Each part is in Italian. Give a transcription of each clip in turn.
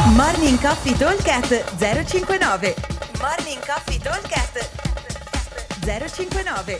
Morning Coffee Talkcast 059. Morning Coffee Talkcast 059.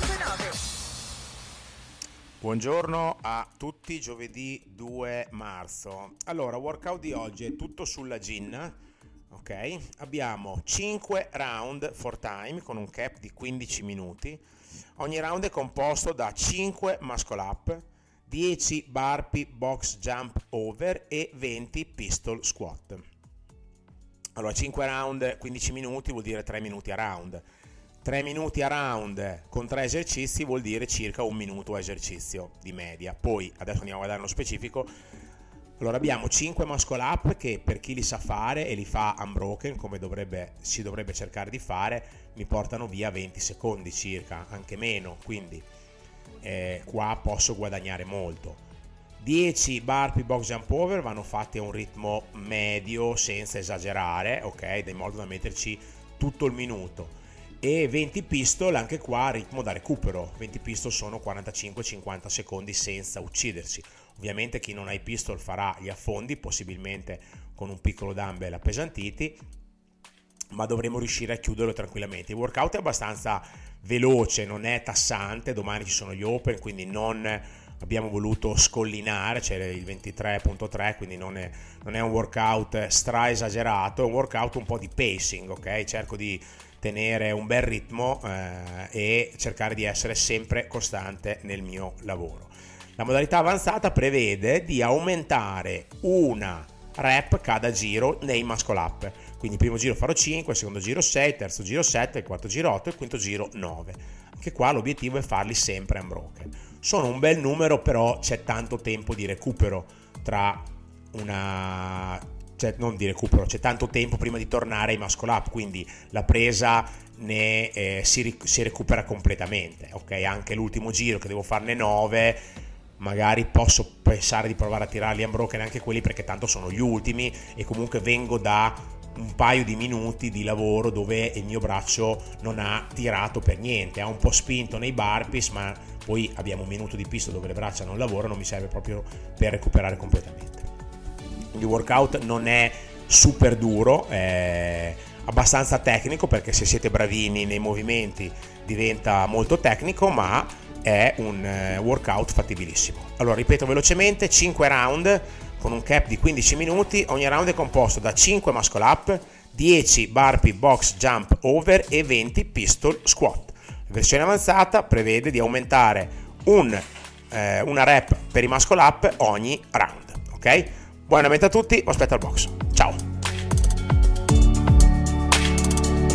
Buongiorno a tutti, giovedì 2 marzo. Allora, workout di oggi è tutto sulla gin, ok? Abbiamo 5 round for time con un cap di 15 minuti. Ogni round è composto da 5 muscle up, 10 burpee box jump over e 20 pistol squat. Allora, 5 round, 15 minuti vuol dire 3 minuti a round. 3 minuti a round con 3 esercizi vuol dire circa un minuto a esercizio di media. Poi, adesso andiamo a guardare nello specifico. Allora, abbiamo 5 muscle up che per chi li sa fare e li fa unbroken, come si dovrebbe cercare di fare, mi portano via 20 secondi circa, anche meno, quindi qua posso guadagnare molto. 10 burpee box jump over vanno fatti a un ritmo medio senza esagerare, ok, in modo da metterci tutto il minuto. E 20 pistol anche qua a ritmo da recupero. 20 pistol sono 45-50 secondi senza uccidersi. Ovviamente chi non ha i pistol farà gli affondi, possibilmente con un piccolo dumbbell appesantiti, ma dovremo riuscire a chiuderlo tranquillamente. Il workout è abbastanza veloce, non è tassante. Domani ci sono gli open, quindi non abbiamo voluto scollinare, c'è il 23.3, quindi non è un workout stra esagerato, è un workout un po' di pacing, ok? Cerco di tenere un bel ritmo e cercare di essere sempre costante nel mio lavoro. La modalità avanzata prevede di aumentare una rep cada giro nei muscle up, quindi il primo giro farò 5, il secondo giro 6, il terzo giro 7, il quarto giro 8 e il quinto giro 9. Anche qua l'obiettivo è farli sempre unbroken. Sono un bel numero, però c'è tanto tempo di recupero c'è tanto tempo prima di tornare ai muscle up, quindi la presa si recupera completamente, ok? Anche l'ultimo giro che devo farne 9, magari posso pensare di provare a tirarli unbroken anche quelli, perché tanto sono gli ultimi e comunque vengo da un paio di minuti di lavoro dove il mio braccio non ha tirato per niente, ha un po' spinto nei burpees, ma poi abbiamo un minuto di pista dove le braccia non lavorano, mi serve proprio per recuperare completamente. Il workout non è super duro, è abbastanza tecnico, perché se siete bravini nei movimenti diventa molto tecnico, ma è un workout fattibilissimo. Allora, ripeto velocemente: 5 round con un cap di 15 minuti, ogni round è composto da 5 muscle up, 10 burpee box jump over e 20 pistol squat. La versione avanzata prevede di aumentare una rep per i muscle up ogni round, ok? Buon allenamento a tutti, vi aspetto al box. Ciao!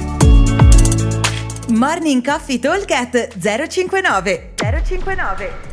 Morning Coffee Talkcast 059.